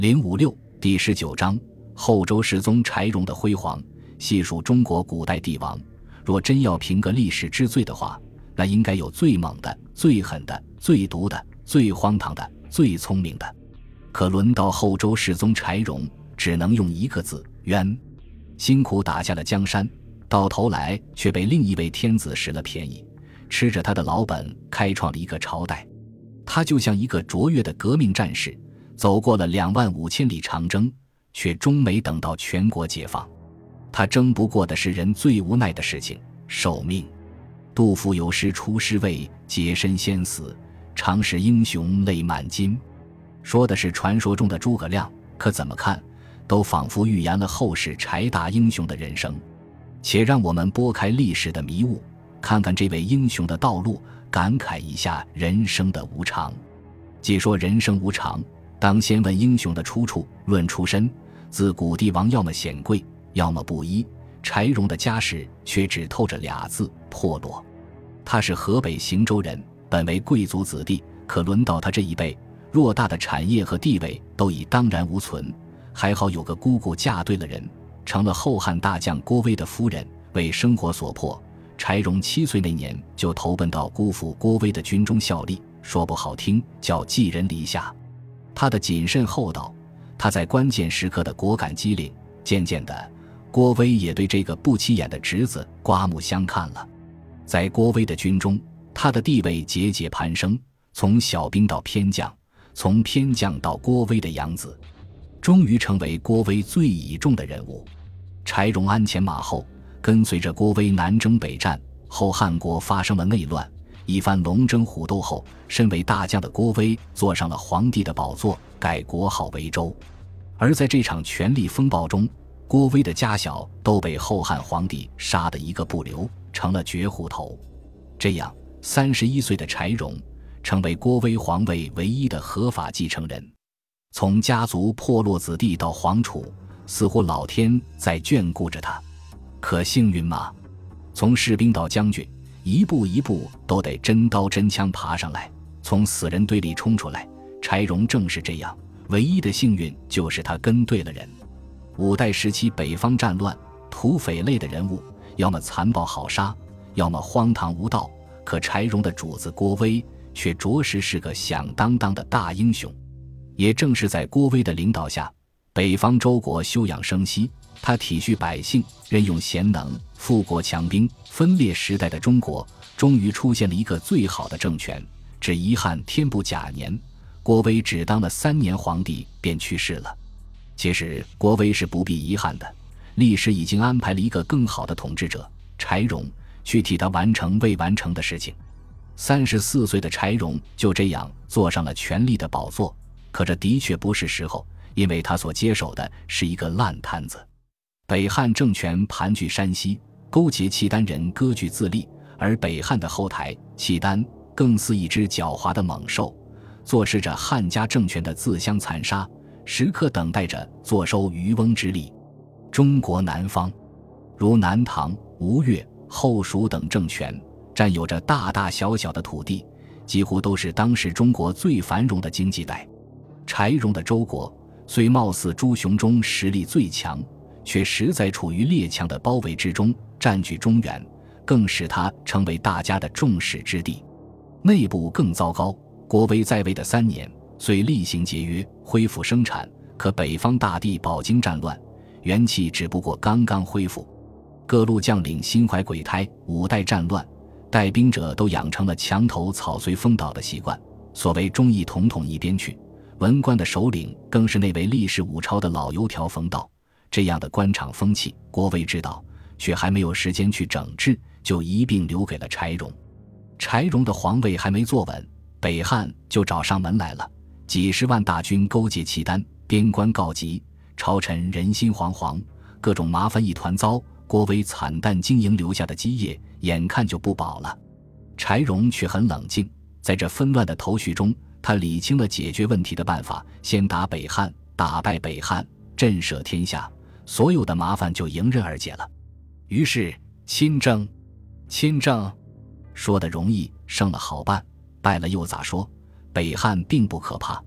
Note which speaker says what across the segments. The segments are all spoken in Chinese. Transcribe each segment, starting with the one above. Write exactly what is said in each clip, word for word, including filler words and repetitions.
Speaker 1: 零五六第十九章后周世宗柴荣的辉煌，细数中国古代帝王，若真要评个历史之最的话，那应该有最猛的、最狠的、最毒的、最荒唐的、最聪明的。可轮到后周世宗柴荣，只能用一个字：冤。辛苦打下了江山，到头来却被另一位天子拾了便宜，吃着他的老本开创了一个朝代。他就像一个卓越的革命战士，走过了两万五千里长征，却终没等到全国解放。他争不过的是人最无奈的事情——寿命。杜甫有诗出师未，洁身先死，常使英雄泪满襟，说的是传说中的诸葛亮，可怎么看都仿佛预言了后世柴大英雄的人生。且让我们拨开历史的迷雾，看看这位英雄的道路，感慨一下人生的无常。既说人生无常，当先问英雄的出处。论出身，自古帝王要么显贵，要么布衣，柴荣的家世却只透着俩字：破落。他是河北邢州人，本为贵族子弟，可轮到他这一辈，偌大的产业和地位都已荡然无存，还好有个姑姑嫁对了人，成了后汉大将郭威的夫人。为生活所迫，柴荣七岁那年就投奔到姑父郭威的军中效力，说不好听叫寄人篱下。他的谨慎厚道，他在关键时刻的果敢机灵，渐渐的，郭威也对这个不起眼的侄子刮目相看了。在郭威的军中，他的地位节节攀升，从小兵到偏将，从偏将到郭威的养子，终于成为郭威最倚重的人物。柴荣鞍前马后，跟随着郭威南征北战，后汉国发生了内乱，一番龙争虎斗后，身为大将的郭威坐上了皇帝的宝座，改国号为周。而在这场权力风暴中，郭威的家小都被后汉皇帝杀得一个不留，成了绝户头。这样三十一岁的柴荣成为郭威皇位唯一的合法继承人。从家族破落子弟到皇储，似乎老天在眷顾着他。可幸运吗？从士兵到将军，一步一步都得真刀真枪爬上来，从死人堆里冲出来。柴荣正是这样，唯一的幸运就是他跟对了人。五代时期北方战乱，土匪类的人物要么残暴好杀，要么荒唐无道，可柴荣的主子郭威却着实是个响当当的大英雄。也正是在郭威的领导下，北方周国休养生息，他体恤百姓，任用贤能，富国强兵。分裂时代的中国终于出现了一个最好的政权，只遗憾天不甲年，郭威只当了三年皇帝便去世了。其实郭威是不必遗憾的，历史已经安排了一个更好的统治者柴荣，去替他完成未完成的事情。三十四岁的柴荣就这样坐上了权力的宝座，可这的确不是时候，因为他所接手的是一个烂摊子。北汉政权盘踞山西，勾结契丹人割据自立，而北汉的后台契丹更似一只狡猾的猛兽，坐视着汉家政权的自相残杀，时刻等待着坐收渔翁之利。中国南方如南唐、吴越、后蜀等政权，占有着大大小小的土地，几乎都是当时中国最繁荣的经济带。柴荣的周国虽貌似诸雄中实力最强，却实在处于列强的包围之中，占据中原，更使他成为大家的众矢之的。内部更糟糕，郭威在位的三年，虽厉行节约，恢复生产，可北方大地饱经战乱，元气只不过刚刚恢复。各路将领心怀鬼胎，五代战乱，带兵者都养成了墙头草随风倒的习惯，所谓忠义统统一边去。文官的首领更是那位历史五朝的老油条冯道，这样的官场风气，郭威知道，却还没有时间去整治，就一并留给了柴荣。柴荣的皇位还没坐稳，北汉就找上门来了，几十万大军勾结契丹，边关告急，朝臣人心惶惶，各种麻烦一团糟。郭威惨淡经营留下的基业，眼看就不保了。柴荣却很冷静，在这纷乱的头绪中，他理清了解决问题的办法，先打北汉，打败北汉，震慑天下，所有的麻烦就迎刃而解了。于是亲政。亲政说得容易，胜了好办，败了又咋说？北汉并不可怕，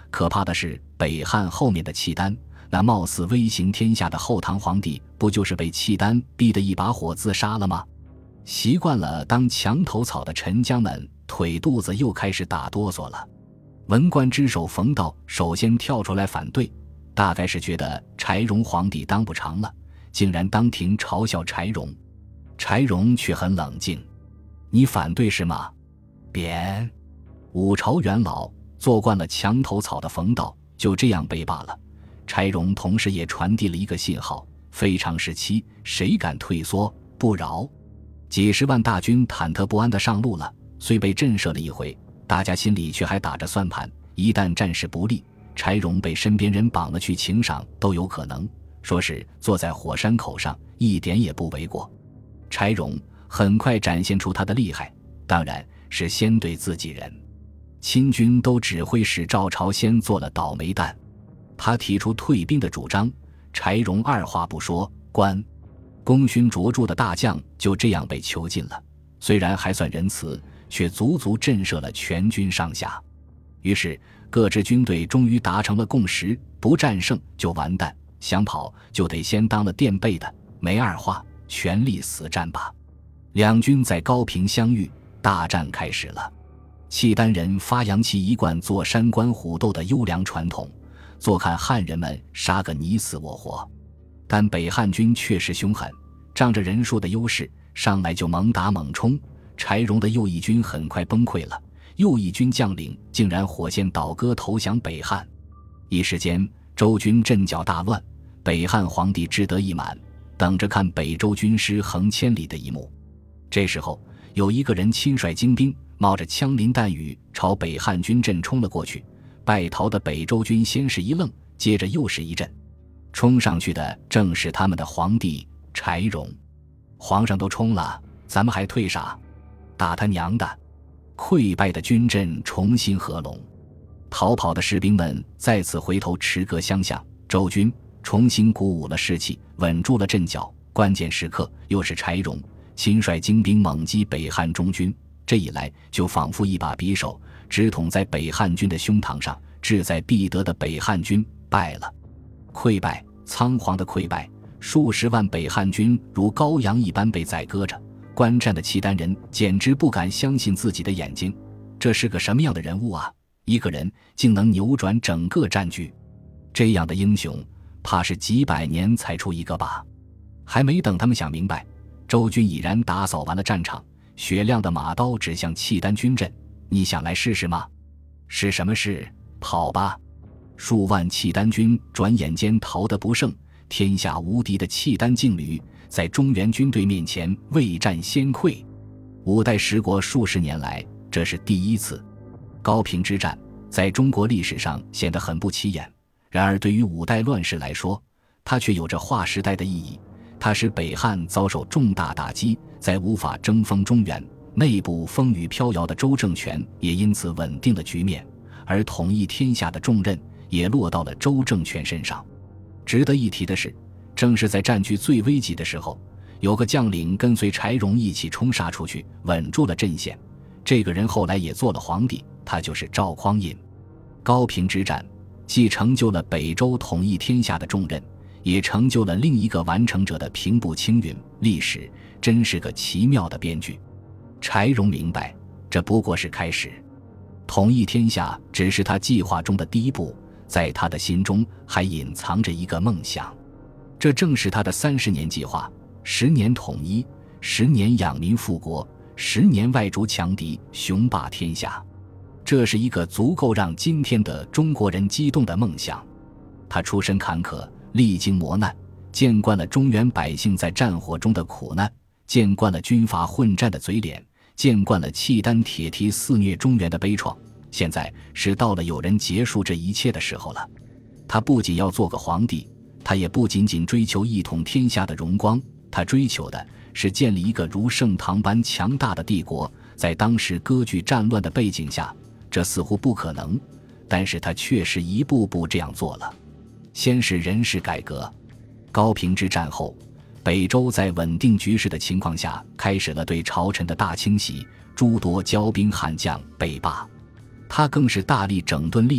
Speaker 1: 可怕的是，北汉后面的契丹，那貌似威行天下的后唐皇帝，不就是被契丹逼得一把火自杀了吗？习惯了当墙头草的陈江们腿肚子又开始打哆嗦了。文官之首冯道首先跳出来反对，大概是觉得柴荣皇帝当不长了，竟然当庭嘲笑柴荣。柴荣却很冷静：“你反对是吗？贬。”五朝元老做惯了墙头草的冯道就这样被罢了。柴荣同时也传递了一个信号：非常时期，谁敢退缩不饶。几十万大军忐忑不安地上路了，虽被震慑了一回，大家心里却还打着算盘，一旦战事不利，柴荣被身边人绑了去请赏都有可能，说是坐在火山口上，一点也不为过。柴荣很快展现出他的厉害，当然是先对自己人。亲军都指挥使赵朝先做了倒霉蛋，他提出退兵的主张，柴荣二话不说，关功勋卓著的大将就这样被囚禁了，虽然还算仁慈，却足足震慑了全军上下。于是各支军队终于达成了共识，不战胜就完蛋，想跑就得先当了垫背的，没二话，全力死战吧。两军在高平相遇，大战开始了。契丹人发扬其一贯坐山观虎斗的优良传统，坐看汉人们杀个你死我活。但北汉军确实凶狠，仗着人数的优势，上来就猛打猛冲。柴荣的右翼军很快崩溃了，右翼军将领竟然火线倒戈投降北汉。一时间周军阵脚大乱，北汉皇帝志得意满，等着看北周军师横千里的一幕。这时候有一个人亲率精兵，冒着枪林弹雨朝北汉军阵冲了过去。败逃的北周军先是一愣，接着又是一阵，冲上去的正是他们的皇帝柴荣。皇上都冲了，咱们还退啥？打他娘的！溃败的军阵重新合拢，逃跑的士兵们再次回头持戈相向，周军重新鼓舞了士气，稳住了阵脚。关键时刻又是柴荣亲率精兵猛击北汉中军，这一来就仿佛一把匕首直捅在北汉军的胸膛上，志在必得的北汉军败了。溃败，仓皇的溃败，数十万北汉军如羔羊一般被宰割着。观战的契丹人简直不敢相信自己的眼睛，这是个什么样的人物啊？一个人竟能扭转整个战局，这样的英雄怕是几百年才出一个吧。还没等他们想明白，周军已然打扫完了战场，雪亮的马刀指向契丹军阵。你想来试试吗？是什么事？跑吧！数万契丹军转眼间逃得不剩，天下无敌的契丹劲旅在中原军队面前未战先溃。五代十国数十年来，这是第一次。高平之战在中国历史上显得很不起眼，然而对于五代乱世来说，它却有着划时代的意义。它使北汉遭受重大打击，在无法争锋中原，内部风雨飘摇的周政权也因此稳定了局面，而统一天下的重任也落到了周政权身上。值得一提的是，正是在战局最危急的时候，有个将领跟随柴荣一起冲杀出去，稳住了阵线。这个人后来也做了皇帝，他就是赵匡胤。高平之战既成就了北周统一天下的重任，也成就了另一个完成者的平步青云。历史真是个奇妙的编剧。柴荣明白，这不过是开始，统一天下只是他计划中的第一步，在他的心中还隐藏着一个梦想。这正是他的三十年计划：十年统一，十年养民富国，十年外逐强敌，雄霸天下。这是一个足够让今天的中国人激动的梦想。他出身坎坷，历经磨难，见惯了中原百姓在战火中的苦难，见惯了军阀混战的嘴脸，见惯了契丹铁蹄肆虐中原的悲怆。现在是到了有人结束这一切的时候了。他不仅要做个皇帝，他也不仅仅追求一统天下的荣光，他追求的是建立一个如盛唐般强大的帝国。在当时割据战乱的背景下，这似乎不可能，但是他确实一步步这样做了。先是人事改革，高平之战后，北周在稳定局势的情况下，开始了对朝臣的大清洗，诸多骄兵悍将被罢。他更是大力整顿吏治，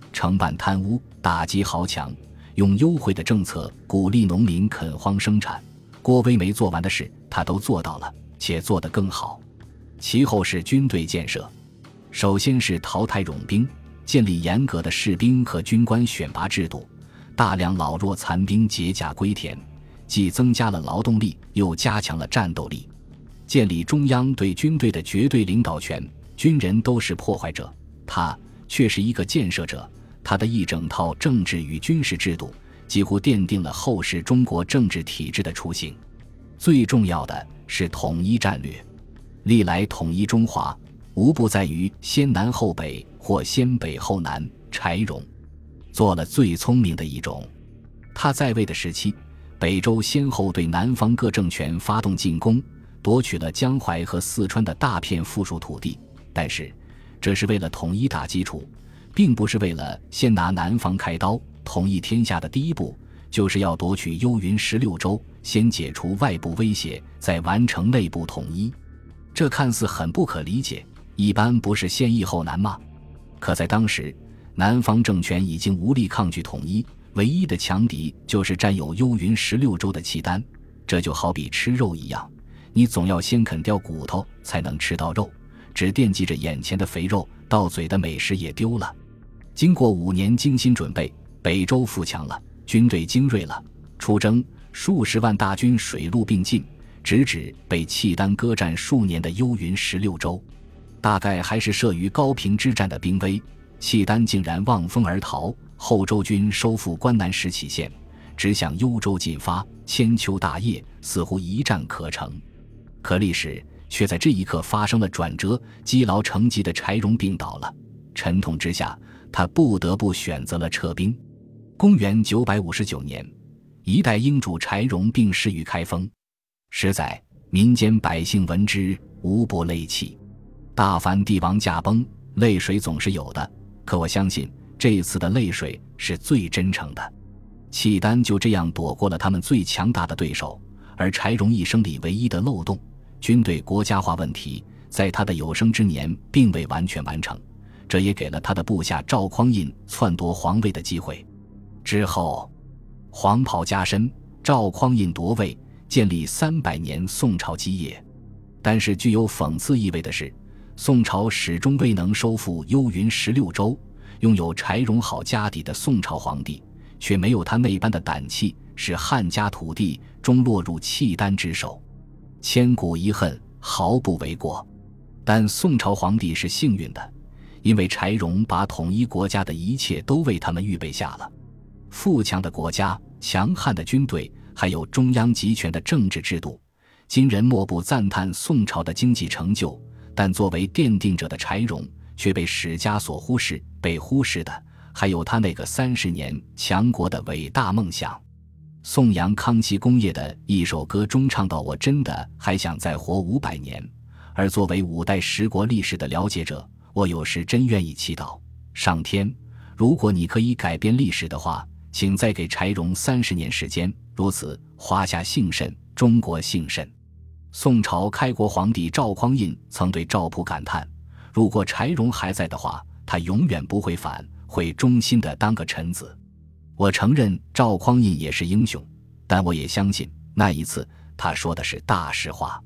Speaker 1: 惩办贪污，打击豪强，用优惠的政策鼓励农民垦荒生产。郭威没做完的事，他都做到了，且做得更好。其后是军队建设，首先是淘汰冗兵，建立严格的士兵和军官选拔制度，大量老弱残兵结甲归田，既增加了劳动力，又加强了战斗力。建立中央对军队的绝对领导权，军人都是破坏者，他却是一个建设者。他的一整套政治与军事制度几乎奠定了后世中国政治体制的雏形。最重要的是统一战略，历来统一中华无不在于先南后北或先北后南。柴荣做了最聪明的一种。他在位的时期，北周先后对南方各政权发动进攻，夺取了江淮和四川的大片附属土地，但是这是为了统一打基础，并不是为了先拿南方开刀。统一天下的第一步就是要夺取幽云十六州，先解除外部威胁，再完成内部统一。这看似很不可理解，一般不是先易后难吗？可在当时，南方政权已经无力抗拒统一，唯一的强敌就是占有幽云十六州的契丹。这就好比吃肉一样，你总要先啃掉骨头才能吃到肉，只惦记着眼前的肥肉，到嘴的美食也丢了。经过五年精心准备，北周富强了，军队精锐了，出征，数十万大军水陆并进，直指被契丹割占数年的幽云十六州。大概还是慑于高平之战的兵威，契丹竟然望风而逃。后周军收复关南石岐县，直向幽州进发，千秋大业似乎一战可成。可历史却在这一刻发生了转折，积劳成疾的柴荣病倒了，沉痛之下，他不得不选择了撤兵。公元九百五十九年，一代英主柴荣病逝于开封。实在民间百姓闻之，无不泪泣。大凡帝王驾崩，泪水总是有的，可我相信这次的泪水是最真诚的。契丹就这样躲过了他们最强大的对手，而柴荣一生里唯一的漏洞，军队国家化问题，在他的有生之年并未完全完成，这也给了他的部下赵匡胤篡夺皇位的机会。之后黄袍加身，赵匡胤夺位，建立三百年宋朝基业。但是具有讽刺意味的是，宋朝始终未能收复幽云十六州，拥有柴荣好家底的宋朝皇帝却没有他那般的胆气，使汉家土地终落入契丹之手。千古遗恨，毫不为过。但宋朝皇帝是幸运的，因为柴荣把统一国家的一切都为他们预备下了。富强的国家，强悍的军队，还有中央集权的政治制度，今人莫不赞叹宋朝的经济成就，但作为奠定者的柴荣却被史家所忽视，被忽视的还有他那个三十年强国的伟大梦想。颂扬康熙功业的一首歌中唱到，我真的还想再活五百年。而作为五代十国历史的了解者，我有时真愿意祈祷上天，如果你可以改变历史的话，请再给柴荣三十年时间，如此华夏幸甚，中国幸甚。宋朝开国皇帝赵匡胤曾对赵普感叹，如果柴荣还在的话，他永远不会反，会忠心的当个臣子。我承认赵匡胤也是英雄，但我也相信那一次他说的是大实话。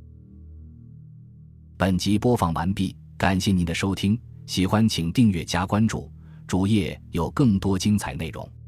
Speaker 1: 本集播放完毕，感谢您的收听，喜欢请订阅加关注，主页有更多精彩内容。